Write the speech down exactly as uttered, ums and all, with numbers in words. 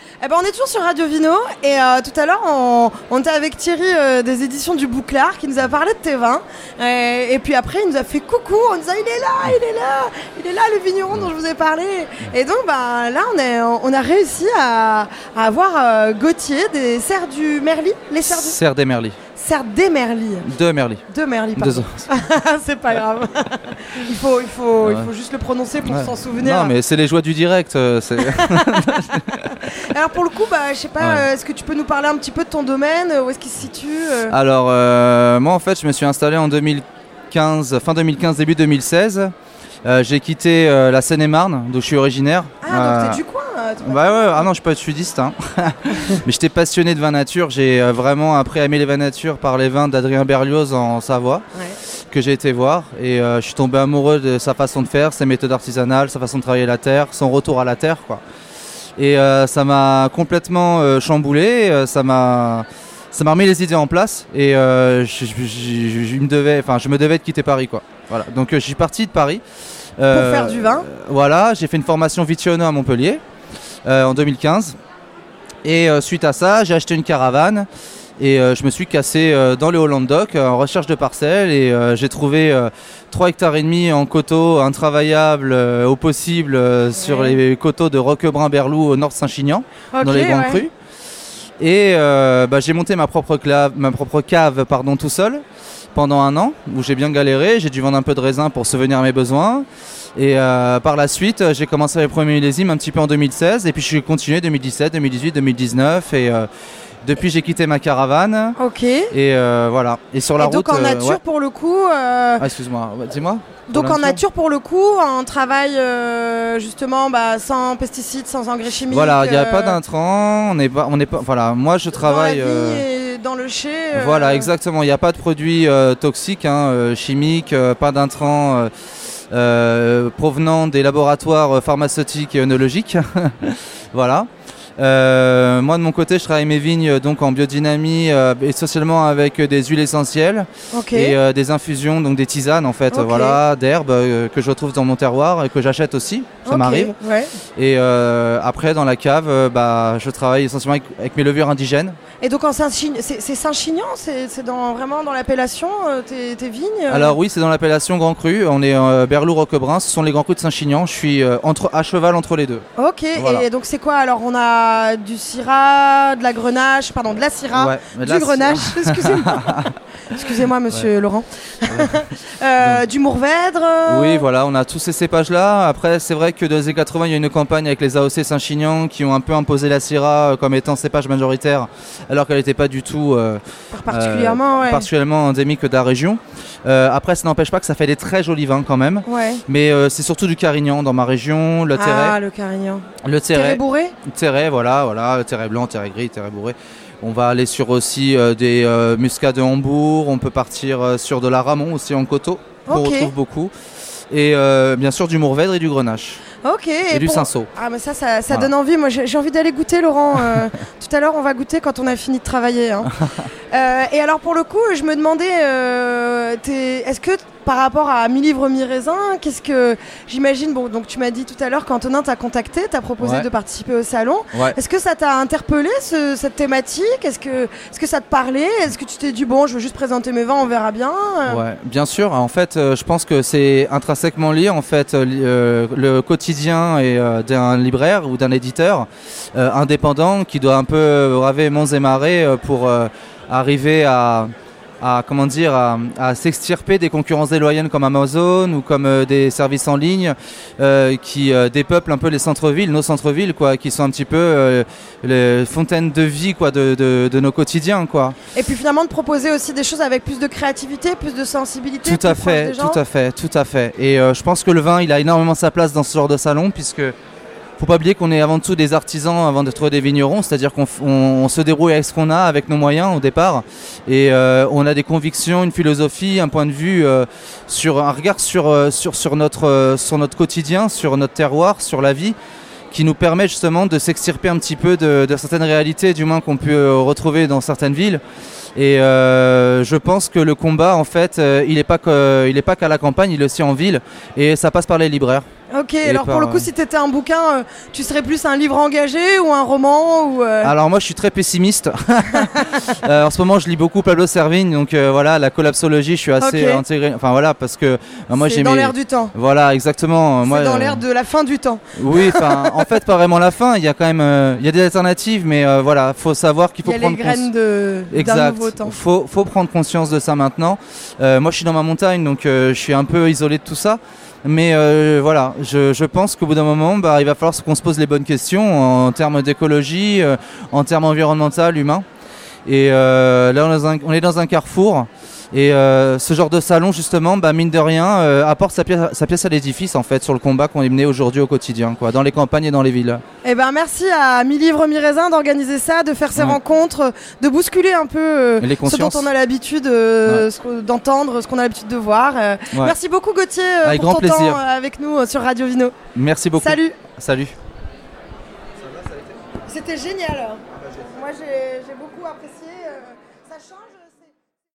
Eh ben, on est toujours sur Radio Vino et euh, tout à l'heure on, on était avec Thierry euh, des éditions du Bouclard qui nous a parlé de tes vins et, et puis après il nous a fait coucou en disant il est là, il est là, il est là le vigneron dont je vous ai parlé et donc bah, là on, est, on a réussi à, à avoir euh, Gauthier des Serres du Merly, les Serres du... Serres des Merly. Serres des Merly. De Merly. De Merly, pardon. C'est pas grave. il, faut, il, faut, ouais. il faut juste le prononcer pour ouais. s'en souvenir. Non, mais c'est les joies du direct. Euh, c'est... Alors pour le coup, bah, je sais pas, ouais. euh, est-ce que tu peux nous parler un petit peu de ton domaine, où est-ce qu'il se situe euh... Alors, euh, moi en fait, je me suis installé en deux mille quinze, fin deux mille quinze, début deux mille seize. Euh, j'ai quitté euh, la Seine-et-Marne, d'où je suis originaire. Ah, euh, donc t'es du coin euh, Bah ouais, ah non, je suis pas sudiste. Hein. Mais j'étais passionné de vin nature. J'ai euh, vraiment appris à aimer les vins nature par les vins d'Adrien Berlioz en Savoie, ouais. que j'ai été voir. Et euh, je suis tombé amoureux de sa façon de faire, ses méthodes artisanales, sa façon de travailler la terre, son retour à la terre, quoi. Et euh, ça m'a complètement euh, chamboulé. Euh, ça m'a... Ça m'a remis les idées en place et euh, je, je, je, je, me devais, enfin, je me devais de quitter Paris, quoi. Voilà. Donc euh, je suis parti de Paris. Euh, Pour faire du vin. euh, Voilà, j'ai fait une formation Vitiono à Montpellier euh, en deux mille quinze. Et euh, suite à ça, j'ai acheté une caravane et euh, je me suis cassé euh, dans le Haut-Languedoc euh, en recherche de parcelles et euh, j'ai trouvé euh, trois hectares et demi en coteaux intravaillables euh, au possible euh, ouais. sur les coteaux de Roquebrun-Berlou au nord de Saint-Chinian, okay, dans les Grands ouais. Crus. Et euh, bah, j'ai monté ma propre, clave, ma propre cave pardon, tout seul pendant un an où j'ai bien galéré. J'ai dû vendre un peu de raisin pour subvenir à mes besoins. Et euh, par la suite, j'ai commencé les premiers millésimes un petit peu en deux mille seize. Et puis je suis continué deux mille dix-sept, deux mille dix-huit, deux mille dix-neuf. Et euh, depuis, j'ai quitté ma caravane. Ok. Et euh, voilà. Et sur la et route. Donc en nature, euh, ouais. pour le coup. Euh... Ah, excuse-moi, dis-moi. Donc en nature, pour le coup, on travaille euh, justement bah, sans pesticides, sans engrais chimiques. Voilà, il n'y a euh... pas d'intrants. On n'est pas, on n'est pas. Voilà, moi je travaille. Dans la vie euh... et dans le chai. Euh... Voilà, exactement. Il n'y a pas de produits euh, toxiques, hein, euh, chimiques, euh, pas d'intrants euh, euh, provenant des laboratoires pharmaceutiques et œnologiques. Voilà. Euh, moi de mon côté je travaille mes vignes donc en biodynamie euh, essentiellement avec des huiles essentielles okay. et euh, des infusions, donc des tisanes en fait, okay. voilà, d'herbes euh, que je retrouve dans mon terroir et que j'achète aussi, ça okay. m'arrive. Ouais. Et euh, après dans la cave, euh, bah, je travaille essentiellement avec, avec mes levures indigènes. Et donc en Saint-Chinian, c'est, c'est Saint-Chinian, c'est, c'est dans, vraiment dans l'appellation euh, tes, tes vignes euh... Alors oui, c'est dans l'appellation Grand Cru, on est euh, Berlou-Roquebrun, ce sont les Grands Crus de Saint-Chinian, je suis euh, entre, à cheval entre les deux. Ok, voilà. Et donc c'est quoi alors? On a du Syrah, de la Grenache, pardon, de la Syrah, ouais, du Grenache, excusez-moi. Excusez-moi, monsieur ouais. Laurent. euh, du Mourvèdre. Oui, voilà, on a tous ces cépages-là. Après, c'est vrai que dans les années quatre-vingts, il y a une campagne avec les A O C Saint-Chinian qui ont un peu imposé la Syrah comme étant cépage majoritaire, alors qu'elle n'était pas du tout euh, particulièrement, euh, ouais. particulièrement endémique de la région. Euh, après, ça n'empêche pas que ça fait des très jolis vins quand même. Ouais. Mais euh, c'est surtout du Carignan dans ma région, le Terray. Ah, le Carignan. Le Terray. Terray bourré. Terray, voilà, voilà, Terray blanc, Terray gris, Terray bourré. On va aller sur aussi euh, des euh, muscats de Hambourg, on peut partir euh, sur de la Ramon aussi en coteau, qu'on okay. retrouve beaucoup. Et euh, bien sûr du Mourvèdre et du Grenache. Ok. Et, et du pour... Cinsault. Ah mais ça, ça, ça voilà. donne envie. Moi j'ai, j'ai envie d'aller goûter, Laurent. Euh, tout à l'heure on va goûter quand on a fini de travailler. Hein. euh, et alors pour le coup, je me demandais, euh, est-ce que par rapport à mi-livre mi-raisin, qu'est-ce que j'imagine, bon donc tu m'as dit tout à l'heure qu'Antonin t'a contacté, t'a proposé ouais. de participer au salon. Ouais. Est-ce que ça t'a interpellé ce, cette thématique? Est-ce que, est-ce que ça te parlait? Est-ce que tu t'es dit bon je veux juste présenter mes vins, on verra bien? Ouais, bien sûr. En fait, euh, je pense que c'est intrinsèquement lié en fait euh, le quotidien et, euh, d'un libraire ou d'un éditeur euh, indépendant qui doit un peu braver monts et marais euh, pour euh, arriver à à comment dire à, à s'extirper des concurrences déloyales comme Amazon ou comme euh, des services en ligne euh, qui euh, dépeuplent un peu les centres-villes, nos centres-villes quoi, qui sont un petit peu euh, les fontaines de vie quoi, de, de, de nos quotidiens quoi. Et puis finalement de proposer aussi des choses avec plus de créativité, plus de sensibilité. Tout à fait, tout à fait, tout à fait. Et euh, je pense que le vin, il a énormément sa place dans ce genre de salon puisque faut pas oublier qu'on est avant tout des artisans avant d'être des vignerons, c'est-à-dire qu'on on, on se débrouille avec ce qu'on a, avec nos moyens au départ, et euh, on a des convictions, une philosophie, un point de vue, euh, sur un regard sur, euh, sur, sur, notre, euh, sur notre quotidien, sur notre terroir, sur la vie, qui nous permet justement de s'extirper un petit peu de, de certaines réalités, du moins qu'on peut retrouver dans certaines villes, Et euh, je pense que le combat, en fait, euh, il n'est pas que, il est pas qu'à la campagne, il est aussi en ville. Et ça passe par les libraires. Ok, alors par, pour le coup, euh... si tu étais un bouquin, euh, tu serais plus un livre engagé ou un roman ou euh... Alors moi je suis très pessimiste. euh, en ce moment je lis beaucoup Pablo Servigne, donc euh, voilà, la collapsologie je suis assez okay. intégré. Enfin voilà, parce que euh, moi j'ai C'est dans l'air du temps. Voilà, exactement. C'est moi, dans euh... l'air de la fin du temps. Oui, enfin en fait pas vraiment la fin, il y a quand même euh, il y a des alternatives, mais euh, voilà, faut savoir qu'il faut prendre conscience. Il y a les graines de d'un nouveau temps. Faut, faut prendre conscience de ça maintenant. Euh, moi je suis dans ma montagne, donc euh, je suis un peu isolé de tout ça. Mais euh, voilà, je, je pense qu'au bout d'un moment, bah, il va falloir qu'on se pose les bonnes questions en termes d'écologie, euh, en termes environnemental, humain. Et euh, là, on est, dans un, on est dans un carrefour. Et euh, ce genre de salon, justement, bah, mine de rien, euh, apporte sa pièce, sa pièce à l'édifice, en fait, sur le combat qu'on est mené aujourd'hui au quotidien, quoi, dans les campagnes et dans les villes. Eh ben, merci à Mi-Livre, Mi-Raisin d'organiser ça, de faire ces ouais. rencontres, de bousculer un peu euh, ce dont on a l'habitude euh, ouais. d'entendre, ce qu'on a l'habitude de voir. Euh, ouais. Merci beaucoup, Gauthier, euh, avec pour grand ton plaisir. temps euh, avec nous euh, sur Radio Vino. Merci beaucoup. Salut. Salut. C'était génial. Moi, j'ai beaucoup apprécié. Euh, ça change.